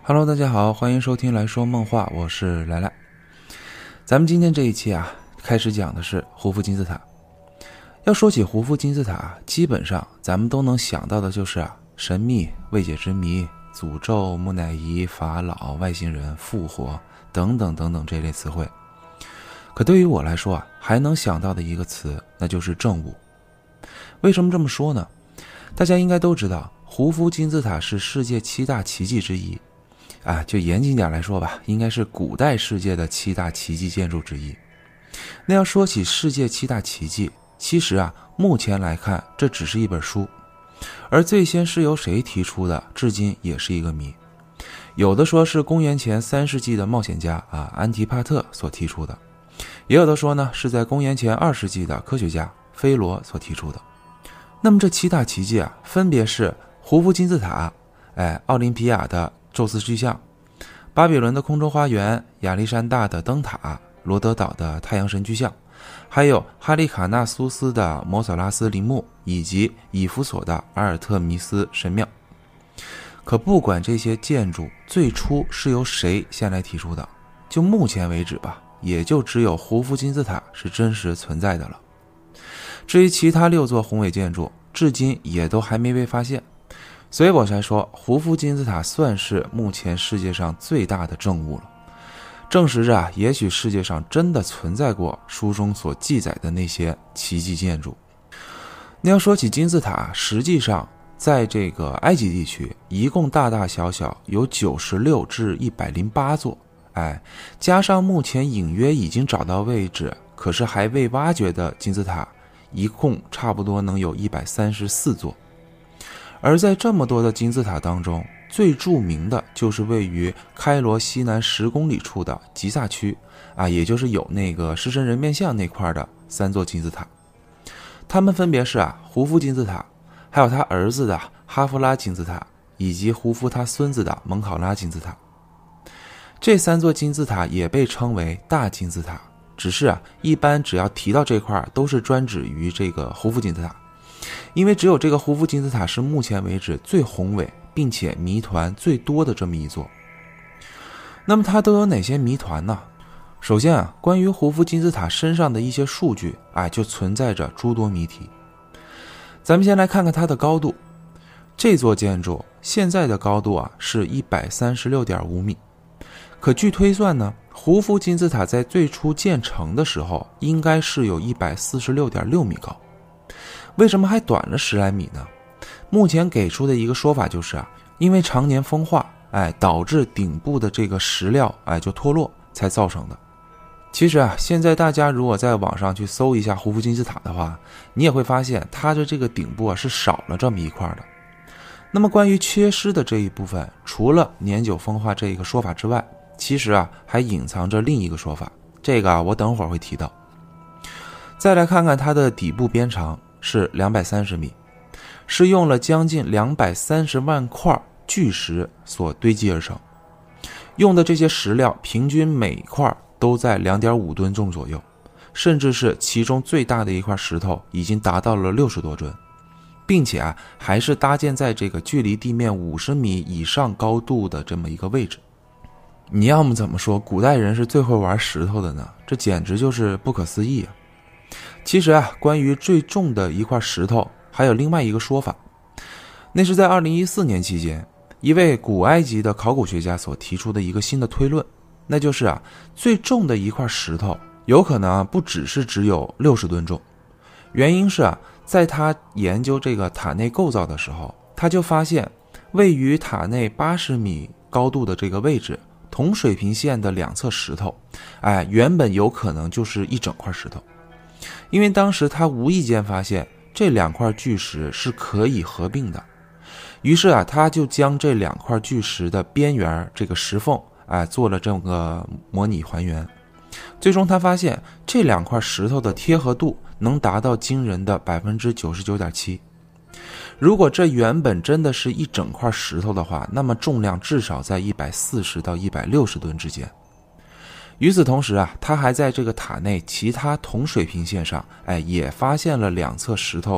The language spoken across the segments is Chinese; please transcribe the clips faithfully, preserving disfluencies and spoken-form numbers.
Hello， 大家好，欢迎收听来说梦话，我是来来。咱们今天这一期啊，开始讲的是胡夫金字塔。要说起胡夫金字塔，基本上咱们都能想到的就是啊，神秘、未解之谜、诅咒、木乃伊、法老、外星人、复活等等等等这类词汇。可对于我来说啊，还能想到的一个词，那就是证物。为什么这么说呢？大家应该都知道，胡夫金字塔是世界七大奇迹之一。啊，就严谨点来说吧，应该是古代世界的七大奇迹建筑之一。那要说起世界七大奇迹，其实啊，目前来看，这只是一本书，而最先是由谁提出的，至今也是一个谜。有的说是公元前三世纪的冒险家啊安提帕特所提出的，也有的说呢是在公元前二世纪的科学家菲罗所提出的。那么这七大奇迹啊，分别是胡夫金字塔、哎，奥林匹亚的宙斯巨像、巴比伦的空中花园、亚历山大的灯塔、罗德岛的太阳神巨像，还有哈利卡纳苏斯的摩索拉斯陵墓，以及以弗所的阿尔特弥斯神庙。可不管这些建筑最初是由谁先来提出的，就目前为止吧，也就只有胡夫金字塔是真实存在的了。至于其他六座宏伟建筑，至今也都还没被发现。所以我才说胡夫金字塔算是目前世界上最大的证物了，证实着啊，也许世界上真的存在过书中所记载的那些奇迹建筑。那要说起金字塔，实际上在这个埃及地区一共大大小小有九十六至一百零八座，哎，加上目前隐约已经找到位置可是还未挖掘的金字塔，一共差不多能有一百三十四座。而在这么多的金字塔当中，最著名的就是位于开罗西南十公里处的吉萨区啊，也就是有那个狮身人面像那块的三座金字塔。它们分别是啊胡夫金字塔，还有他儿子的哈夫拉金字塔，以及胡夫他孙子的蒙考拉金字塔。这三座金字塔也被称为大金字塔，只是啊一般只要提到这块都是专指于这个胡夫金字塔。因为只有这个胡夫金字塔是目前为止最宏伟并且谜团最多的这么一座。那么它都有哪些谜团呢？首先啊，关于胡夫金字塔身上的一些数据啊，就存在着诸多谜题。咱们先来看看它的高度。这座建筑现在的高度啊是 一百三十六点五米，可据推算呢，胡夫金字塔在最初建成的时候应该是有 一百四十六点六米高。为什么还短了十来米呢？目前给出的一个说法就是啊，因为常年风化，哎，导致顶部的这个石料哎就脱落才造成的。其实啊，现在大家如果在网上去搜一下胡夫金字塔的话，你也会发现它的这个顶部啊是少了这么一块的。那么关于缺失的这一部分，除了年久风化这一个说法之外，其实啊还隐藏着另一个说法，这个啊我等会儿会提到。再来看看它的底部边长是两百三十米，是用了将近两百三十万块巨石所堆积而成。用的这些石料平均每块都在 二点五吨重左右，甚至是其中最大的一块石头已经达到了六十多吨，并且啊还是搭建在这个距离地面五十米以上高度的这么一个位置。你要么怎么说古代人是最会玩石头的呢？这简直就是不可思议啊！其实啊，关于最重的一块石头还有另外一个说法，那是在二零一四年期间，一位古埃及的考古学家所提出的一个新的推论，那就是啊，最重的一块石头有可能不只是只有六十吨重。原因是啊，在他研究这个塔内构造的时候，他就发现位于塔内八十米高度的这个位置，同水平线的两侧石头，哎，原本有可能就是一整块石头。因为当时他无意间发现这两块巨石是可以合并的，于是啊，他就将这两块巨石的边缘这个石缝哎做了这么个模拟还原。最终他发现这两块石头的贴合度能达到惊人的 百分之九十九点七。如果这原本真的是一整块石头的话，那么重量至少在一百四十到一百六十吨之间。与此同时啊，他还在这个塔内其他同水平线上，哎，也发现了两侧石头，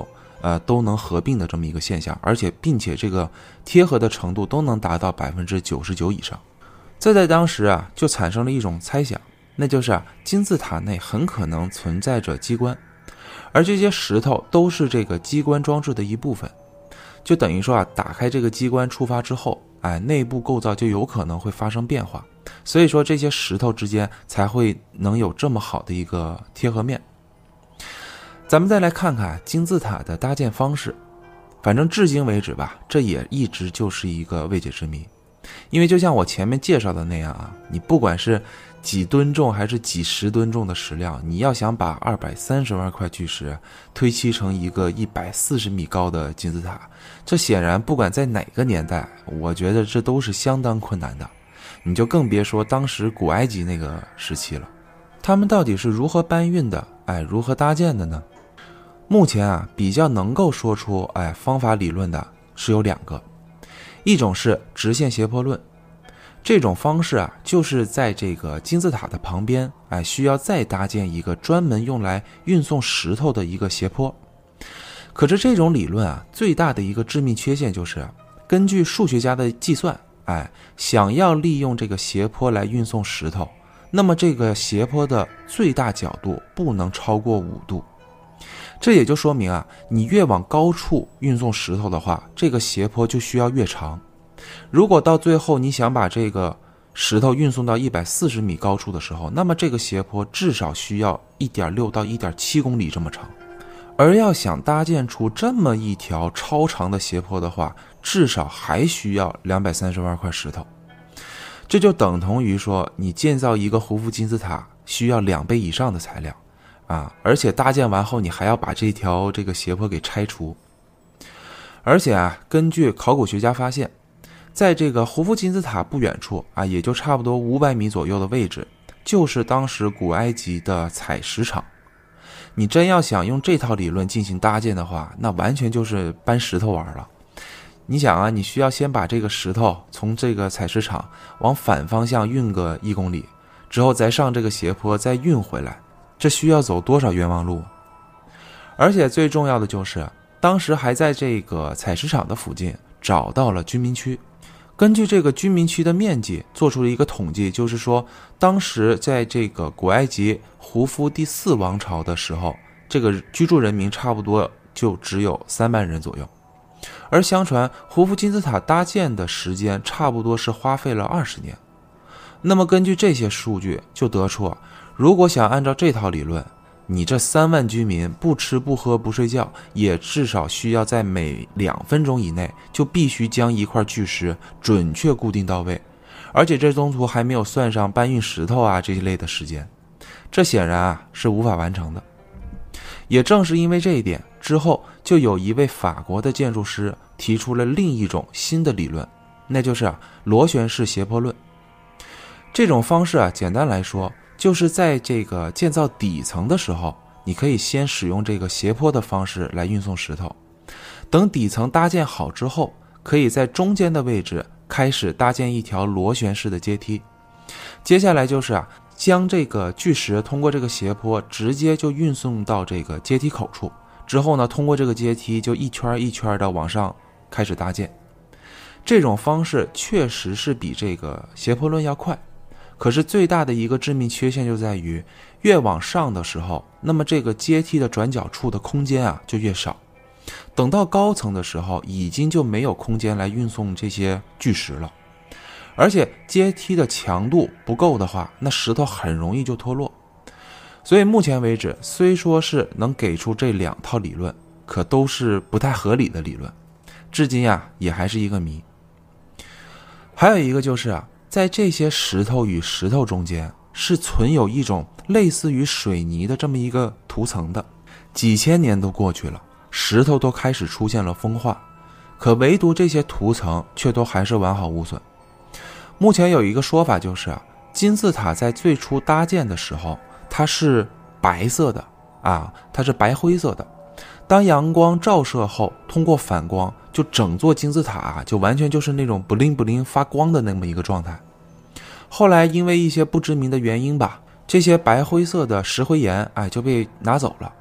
呃都能合并的这么一个现象，而且并且这个贴合的程度都能达到百分之九十九以上。这在当时啊就产生了一种猜想，那就是啊金字塔内很可能存在着机关，而这些石头都是这个机关装置的一部分，就等于说啊打开这个机关触发之后，哎，内部构造就有可能会发生变化，所以说这些石头之间才会能有这么好的一个贴合面。咱们再来看看金字塔的搭建方式，反正至今为止吧，这也一直就是一个未解之谜。因为就像我前面介绍的那样啊，你不管是几吨重还是几十吨重的石料，你要想把二百三十万块巨石推砌成一个一百四十米高的金字塔，这显然不管在哪个年代，我觉得这都是相当困难的，你就更别说当时古埃及那个时期了。他们到底是如何搬运的，哎，如何搭建的呢？目前啊比较能够说出哎方法理论的是有两个，一种是直线斜坡论，这种方式啊就是在这个金字塔的旁边，哎，需要再搭建一个专门用来运送石头的一个斜坡。可是这种理论啊最大的一个致命缺陷就是，根据数学家的计算，哎，想要利用这个斜坡来运送石头，那么这个斜坡的最大角度不能超过五度。这也就说明啊，你越往高处运送石头的话，这个斜坡就需要越长。如果到最后你想把这个石头运送到一百四十米高处的时候，那么这个斜坡至少需要 一点六到一点七公里这么长。而要想搭建出这么一条超长的斜坡的话，至少还需要两百三十万块石头。这就等同于说，你建造一个胡夫金字塔需要两倍以上的材料啊，而且搭建完后你还要把这条这个斜坡给拆除。而且啊，根据考古学家发现，在这个胡夫金字塔不远处啊，也就差不多五百米左右的位置，就是当时古埃及的采石场。你真要想用这套理论进行搭建的话，那完全就是搬石头玩了。你想啊，你需要先把这个石头从这个采石场往反方向运个一公里，之后再上这个斜坡再运回来，这需要走多少冤枉路？而且最重要的就是，当时还在这个采石场的附近找到了居民区。根据这个居民区的面积做出了一个统计，就是说当时在这个古埃及胡夫第四王朝的时候，这个居住人民差不多就只有三万人左右。而相传胡夫金字塔搭建的时间差不多是花费了二十年。那么根据这些数据就得出啊，如果想按照这套理论，你这三万居民不吃不喝不睡觉，也至少需要在每两分钟以内就必须将一块巨石准确固定到位，而且这中途还没有算上搬运石头啊这一类的时间，这显然啊是无法完成的。也正是因为这一点，之后就有一位法国的建筑师提出了另一种新的理论，那就是啊螺旋式斜坡论。这种方式啊，简单来说，就是在这个建造底层的时候，你可以先使用这个斜坡的方式来运送石头，等底层搭建好之后，可以在中间的位置开始搭建一条螺旋式的阶梯。接下来就是啊，将这个巨石通过这个斜坡直接就运送到这个阶梯口处，之后呢，通过这个阶梯就一圈一圈的往上开始搭建。这种方式确实是比这个斜坡论要快，可是最大的一个致命缺陷就在于，越往上的时候，那么这个阶梯的转角处的空间啊就越少，等到高层的时候，已经就没有空间来运送这些巨石了。而且阶梯的强度不够的话，那石头很容易就脱落。所以目前为止，虽说是能给出这两套理论，可都是不太合理的理论，至今啊也还是一个谜。还有一个就是啊，在这些石头与石头中间是存有一种类似于水泥的这么一个涂层的。几千年都过去了，石头都开始出现了风化，可唯独这些涂层却都还是完好无损。目前有一个说法就是啊，金字塔在最初搭建的时候，它是白色的啊，它是白灰色的。当阳光照射后，通过反光，就整座金字塔啊，就完全就是那种不灵不灵发光的那么一个状态。后来因为一些不知名的原因吧，这些白灰色的石灰岩哎就被拿走了，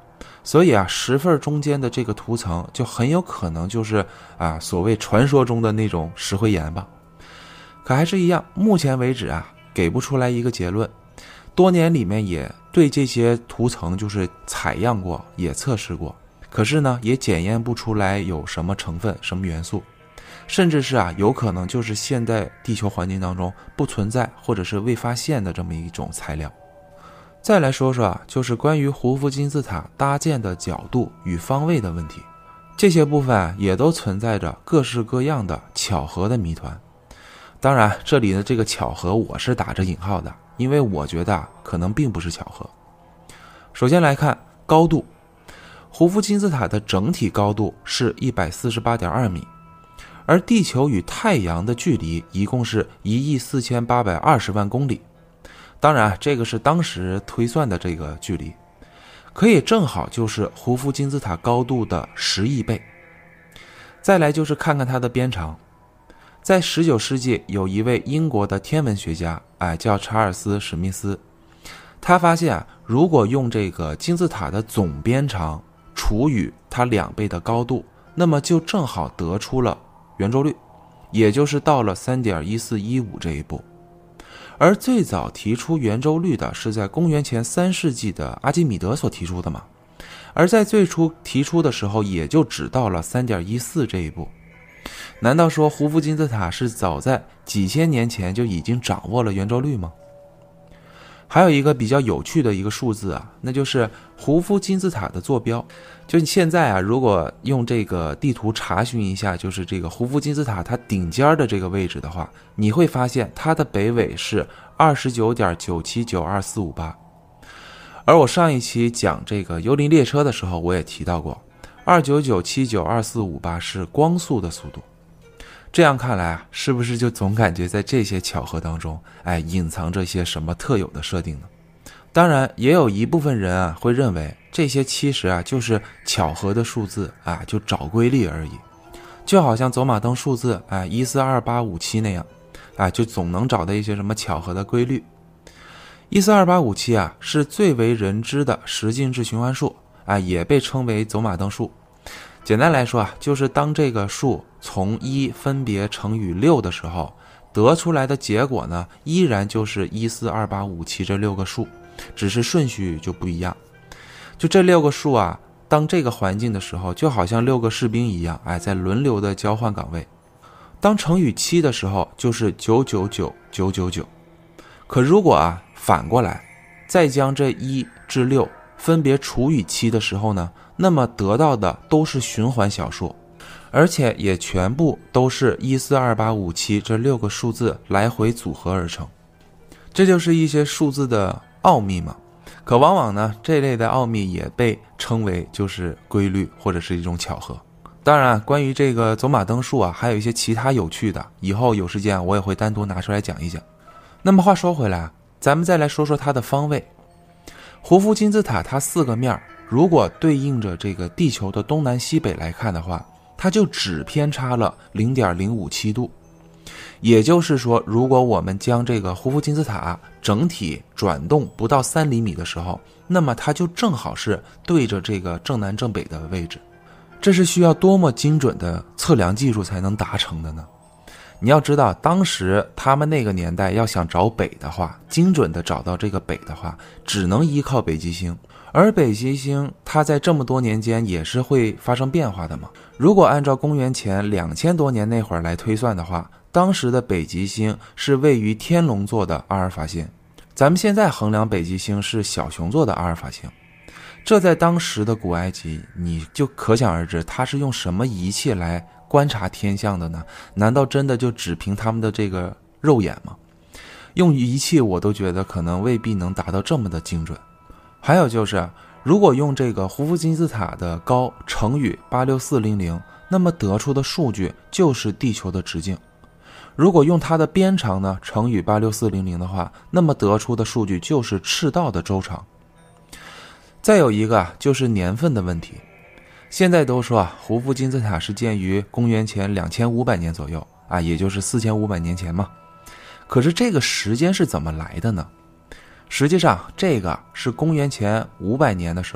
所以啊，石缝中间的这个涂层就很有可能就是啊所谓传说中的那种石灰岩吧。可还是一样，目前为止啊给不出来一个结论。多年里面也对这些涂层就是采样过，也测试过，可是呢也检验不出来有什么成分什么元素，甚至是啊有可能就是现在地球环境当中不存在或者是未发现的这么一种材料。再来说说啊，就是关于胡夫金字塔搭建的角度与方位的问题，这些部分啊也都存在着各式各样的巧合的谜团。当然这里的这个巧合我是打着引号的，因为我觉得啊可能并不是巧合。首先来看高度，胡夫金字塔的整体高度是 一百四十八点二米，而地球与太阳的距离一共是一亿四千八百二十万公里。当然这个是当时推算的这个距离，可以正好就是胡夫金字塔高度的十亿倍。再来就是看看它的边长，在十九世纪有一位英国的天文学家，哎，叫查尔斯·史密斯，他发现啊，如果用这个金字塔的总边长除以它两倍的高度，那么就正好得出了圆周率，也就是到了 三点一四一五 这一步。而最早提出圆周率的是在公元前三世纪的阿基米德所提出的嘛，而在最初提出的时候也就只到了 三点一四 这一步。难道说胡夫金字塔是早在几千年前就已经掌握了圆周率吗？还有一个比较有趣的一个数字啊，那就是胡夫金字塔的坐标。就现在啊，如果用这个地图查询一下，就是这个胡夫金字塔它顶尖的这个位置的话，你会发现它的北纬是 二十九点九七九二四五八。而我上一期讲这个幽灵列车的时候，我也提到过二九九七九二四五八是光速的速度。这样看来啊，是不是就总感觉在这些巧合当中，哎，隐藏着些什么特有的设定呢？当然，也有一部分人啊会认为这些其实啊就是巧合的数字啊，就找规律而已，就好像走马灯数字哎一四二八五七那样，啊，就总能找到一些什么巧合的规律。一四二八五七啊是最为人知的十进制循环数啊，也被称为走马灯数。简单来说啊，就是当这个数从一分别乘以六的时候，得出来的结果呢，依然就是一四二八五七这六个数，只是顺序就不一样。就这六个数啊，当这个环境的时候，就好像六个士兵一样，哎，在轮流的交换岗位。当乘以七的时候，就是九九九九九九。可如果啊反过来，再将这一至六分别除以七的时候呢，那么得到的都是循环小数，而且也全部都是一四二八五七这六个数字来回组合而成。这就是一些数字的奥秘嘛。可往往呢，这类的奥秘也被称为就是规律或者是一种巧合。当然，关于这个走马灯数啊，还有一些其他有趣的，以后有时间我也会单独拿出来讲一讲。那么话说回来，咱们再来说说它的方位。胡夫金字塔它四个面，如果对应着这个地球的东南西北来看的话，它就只偏差了 零点零五七度。也就是说，如果我们将这个胡夫金字塔整体转动不到三厘米的时候，那么它就正好是对着这个正南正北的位置。这是需要多么精准的测量技术才能达成的呢？你要知道，当时他们那个年代要想找北的话，精准的找到这个北的话，只能依靠北极星。而北极星它在这么多年间也是会发生变化的嘛。如果按照公元前两千多年那会儿来推算的话，当时的北极星是位于天龙座的阿尔法星，咱们现在衡量北极星是小熊座的阿尔法星。这在当时的古埃及，你就可想而知，它是用什么仪器来观察天象的呢？难道真的就只凭他们的这个肉眼吗？用仪器我都觉得可能未必能达到这么的精准。还有就是，如果用这个胡夫金字塔的高乘以八六四零零，那么得出的数据就是地球的直径。如果用它的边长呢乘以八六四零零的话，那么得出的数据就是赤道的周长。再有一个就是年份的问题。现在都说啊，胡夫金字塔是建于公元前两千五百年左右啊，也就是四千五百年前嘛。可是这个时间是怎么来的呢？实际上这个是公元前五百年的时候，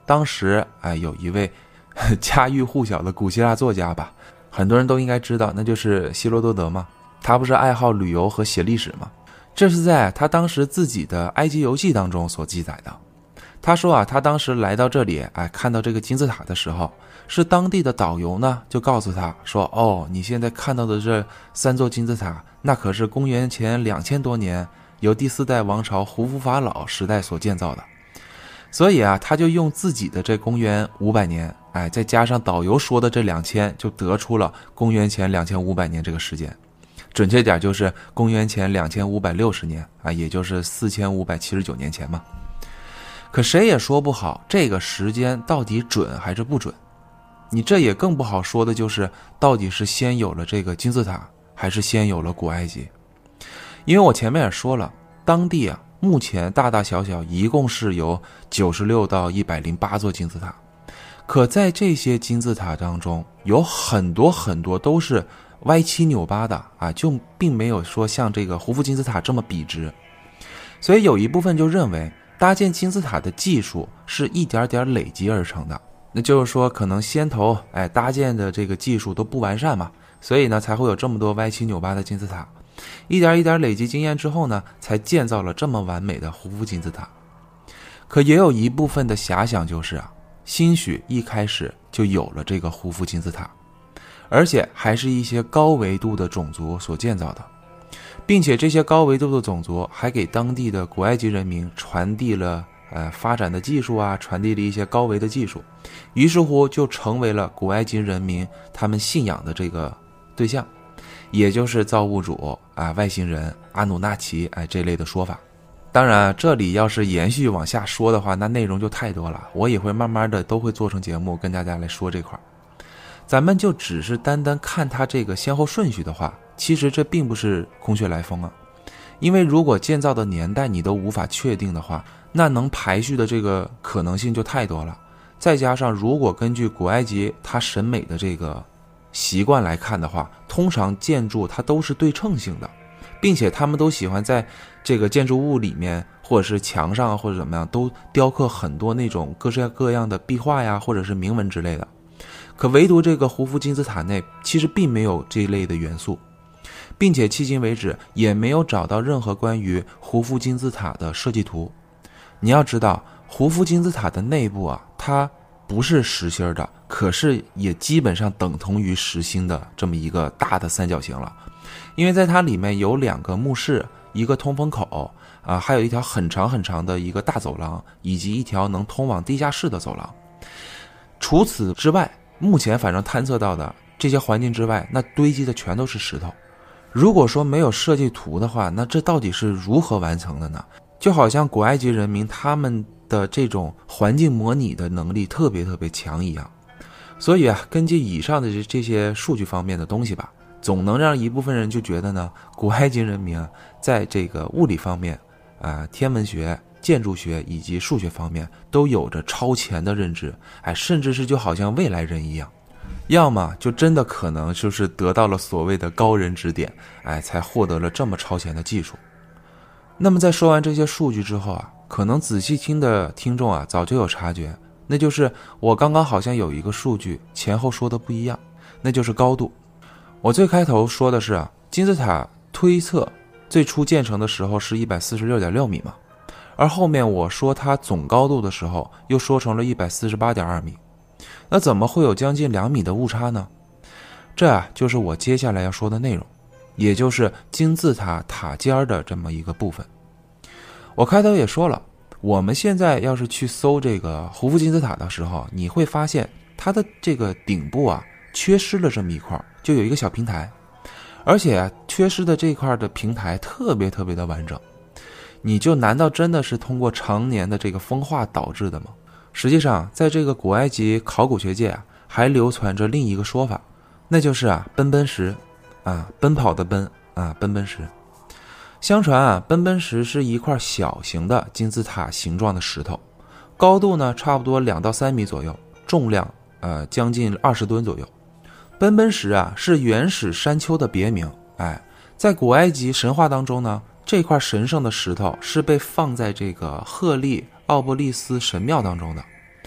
当时哎有一位家喻户晓的古希腊作家吧，很多人都应该知道，那就是希罗多德嘛。他不是爱好旅游和写历史吗？这是在他当时自己的埃及游记当中所记载的。他说啊，他当时来到这里，哎，看到这个金字塔的时候，是当地的导游呢就告诉他说，哦，你现在看到的这三座金字塔，那可是公元前两千多年由第四代王朝胡夫法老时代所建造的。所以啊，他就用自己的这公元五百年，哎，再加上导游说的这两千，就得出了公元前两千五百年这个时间。准确点就是公元前两千五百六十年啊，也就是四千五百七十九年前嘛。可谁也说不好这个时间到底准还是不准。你这也更不好说的就是到底是先有了这个金字塔还是先有了古埃及。因为我前面也说了，当地啊目前大大小小一共是有九十六到一百零八座金字塔。可在这些金字塔当中有很多很多都是歪七扭八的啊，就并没有说像这个胡夫金字塔这么笔直。所以有一部分就认为搭建金字塔的技术是一点点累积而成的，那就是说可能先头哎搭建的这个技术都不完善嘛，所以呢才会有这么多歪七扭八的金字塔，一点一点累积经验之后呢，才建造了这么完美的胡夫金字塔。可也有一部分的遐想就是啊，兴许一开始就有了这个胡夫金字塔，而且还是一些高维度的种族所建造的，并且这些高维度的种族还给当地的古埃及人民传递了呃发展的技术啊，传递了一些高维的技术，于是乎就成为了古埃及人民他们信仰的这个对象，也就是造物主啊、外星人、阿努纳奇哎这类的说法。当然这里要是延续往下说的话，那内容就太多了，我也会慢慢的都会做成节目跟大家来说这块。咱们就只是单单看它这个先后顺序的话，其实这并不是空穴来风啊。因为如果建造的年代你都无法确定的话，那能排序的这个可能性就太多了。再加上如果根据古埃及它审美的这个习惯来看的话，通常建筑它都是对称性的，并且他们都喜欢在这个建筑物里面或者是墙上或者怎么样都雕刻很多那种各式各样的壁画呀，或者是铭文之类的。可唯独这个胡夫金字塔内其实并没有这一类的元素，并且迄今为止也没有找到任何关于胡夫金字塔的设计图。你要知道胡夫金字塔的内部啊，它不是实心的，可是也基本上等同于实心的这么一个大的三角形了。因为在它里面有两个墓室，一个通风口啊，还有一条很长很长的一个大走廊，以及一条能通往地下室的走廊。除此之外，目前反正探测到的这些环境之外，那堆积的全都是石头。如果说没有设计图的话，那这到底是如何完成的呢？就好像古埃及人民他们的这种环境模拟的能力特别特别强一样。所以啊，根据以上的这些数据方面的东西吧，总能让一部分人就觉得呢，古埃及人民啊，在这个物理方面啊、呃、天文学、建筑学以及数学方面都有着超前的认知，哎，甚至是就好像未来人一样。要么就真的可能就是得到了所谓的高人指点，哎，才获得了这么超前的技术。那么在说完这些数据之后啊，可能仔细听的听众啊早就有察觉，那就是我刚刚好像有一个数据前后说的不一样，那就是高度。我最开头说的是啊，金字塔推测最初建成的时候是 一百四十六点六米嘛，而后面我说它总高度的时候又说成了 一百四十八点二米。那怎么会有将近两米的误差呢？这啊就是我接下来要说的内容，也就是金字塔塔尖的这么一个部分。我开头也说了，我们现在要是去搜这个胡夫金字塔的时候，你会发现它的这个顶部啊缺失了这么一块，就有一个小平台，而且啊缺失的这块的平台特别特别的完整。你就难道真的是通过常年的这个风化导致的吗？实际上在这个古埃及考古学界啊，还流传着另一个说法，那就是啊奔奔石啊，奔跑的奔啊，奔奔石。相传啊，奔奔石是一块小型的金字塔形状的石头，高度呢差不多两到三米左右，重量呃将近二十吨左右。奔奔石啊是原始山丘的别名，哎，在古埃及神话当中呢，这块神圣的石头是被放在这个赫利奥布利斯神庙当中的。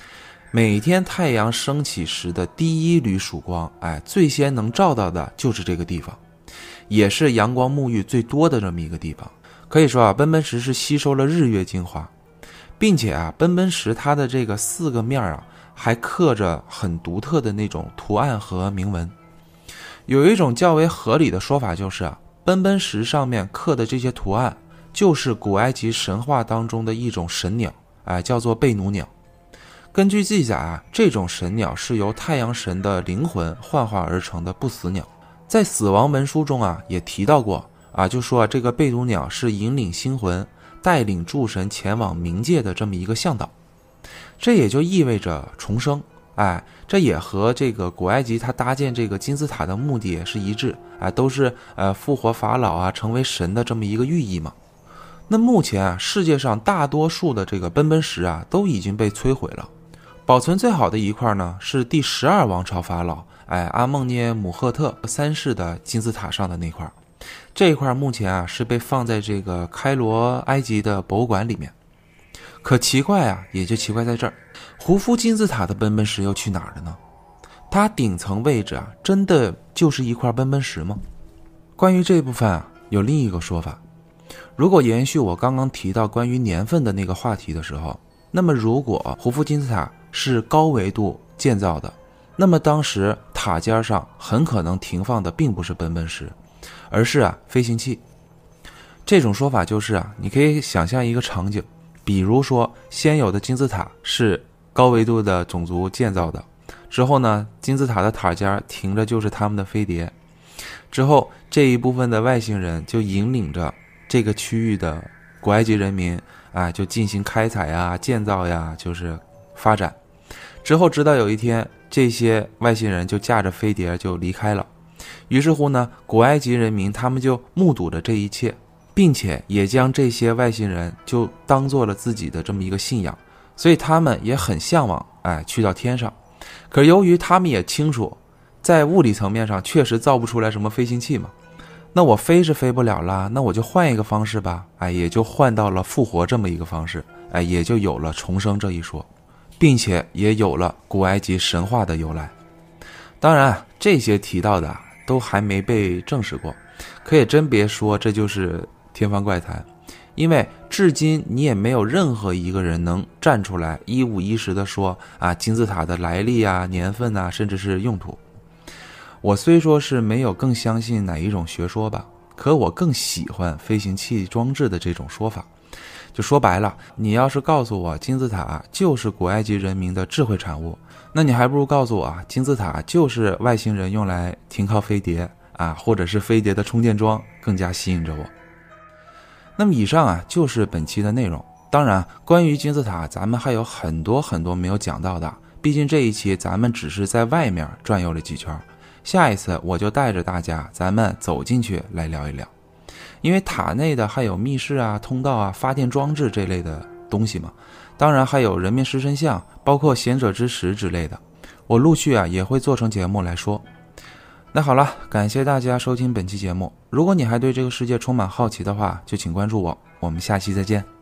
每天太阳升起时的第一缕曙光，哎，最先能照到的就是这个地方，也是阳光沐浴最多的这么一个地方。可以说啊，奔奔石是吸收了日月精华，并且啊，奔奔石它的这个四个面啊，还刻着很独特的那种图案和铭文。有一种较为合理的说法就是啊，奔奔石上面刻的这些图案，就是古埃及神话当中的一种神鸟，哎，叫做贝努鸟。根据记载啊，这种神鸟是由太阳神的灵魂幻化而成的不死鸟。在死亡文书中啊，也提到过啊，就说啊，这个贝努鸟是引领星魂，带领诸神前往冥界的这么一个向导。这也就意味着重生，哎，这也和这个古埃及他搭建这个金字塔的目的是一致，哎，都是呃复活法老啊，成为神的这么一个寓意嘛。那目前啊，世界上大多数的这个奔奔石啊，都已经被摧毁了。保存最好的一块呢，是第十二王朝法老，哎，阿孟涅姆赫特三世的金字塔上的那块。这一块目前啊，是被放在这个开罗埃及的博物馆里面。可奇怪啊，也就奇怪在这儿，胡夫金字塔的奔奔石又去哪儿了呢？它顶层位置啊，真的就是一块奔奔石吗？关于这部分啊，有另一个说法。如果延续我刚刚提到关于年份的那个话题的时候，那么如果胡夫金字塔是高维度建造的，那么当时塔尖上很可能停放的并不是奔奔石，而是啊飞行器。这种说法就是啊，你可以想象一个场景，比如说先有的金字塔是高维度的种族建造的，之后呢，金字塔的塔尖停着就是他们的飞碟，之后这一部分的外星人就引领着这个区域的古埃及人民，哎，就进行开采呀、建造呀，就是发展。之后直到有一天，这些外星人就驾着飞碟就离开了。于是乎呢，古埃及人民他们就目睹着这一切，并且也将这些外星人就当做了自己的这么一个信仰，所以他们也很向往，哎，去到天上。可由于他们也清楚，在物理层面上确实造不出来什么飞行器嘛，那我飞是飞不了了，那我就换一个方式吧，哎，也就换到了复活这么一个方式，哎，也就有了重生这一说，并且也有了古埃及神话的由来。当然，这些提到的都还没被证实过，可也真别说这就是天方怪谈，因为至今你也没有任何一个人能站出来一五一十的说啊金字塔的来历啊、年份啊，甚至是用途。我虽说是没有更相信哪一种学说吧，可我更喜欢飞行器装置的这种说法。就说白了，你要是告诉我金字塔就是古埃及人民的智慧产物，那你还不如告诉我啊，金字塔就是外星人用来停靠飞碟啊，或者是飞碟的充电桩，更加吸引着我。那么以上啊就是本期的内容。当然，关于金字塔咱们还有很多很多没有讲到的，毕竟这一期咱们只是在外面转悠了几圈，下一次我就带着大家咱们走进去来聊一聊。因为塔内的还有密室啊、通道啊、发电装置这类的东西嘛，当然还有人面狮身像，包括贤者之石之类的，我陆续啊也会做成节目来说。那好了，感谢大家收听本期节目，如果你还对这个世界充满好奇的话，就请关注我，我们下期再见。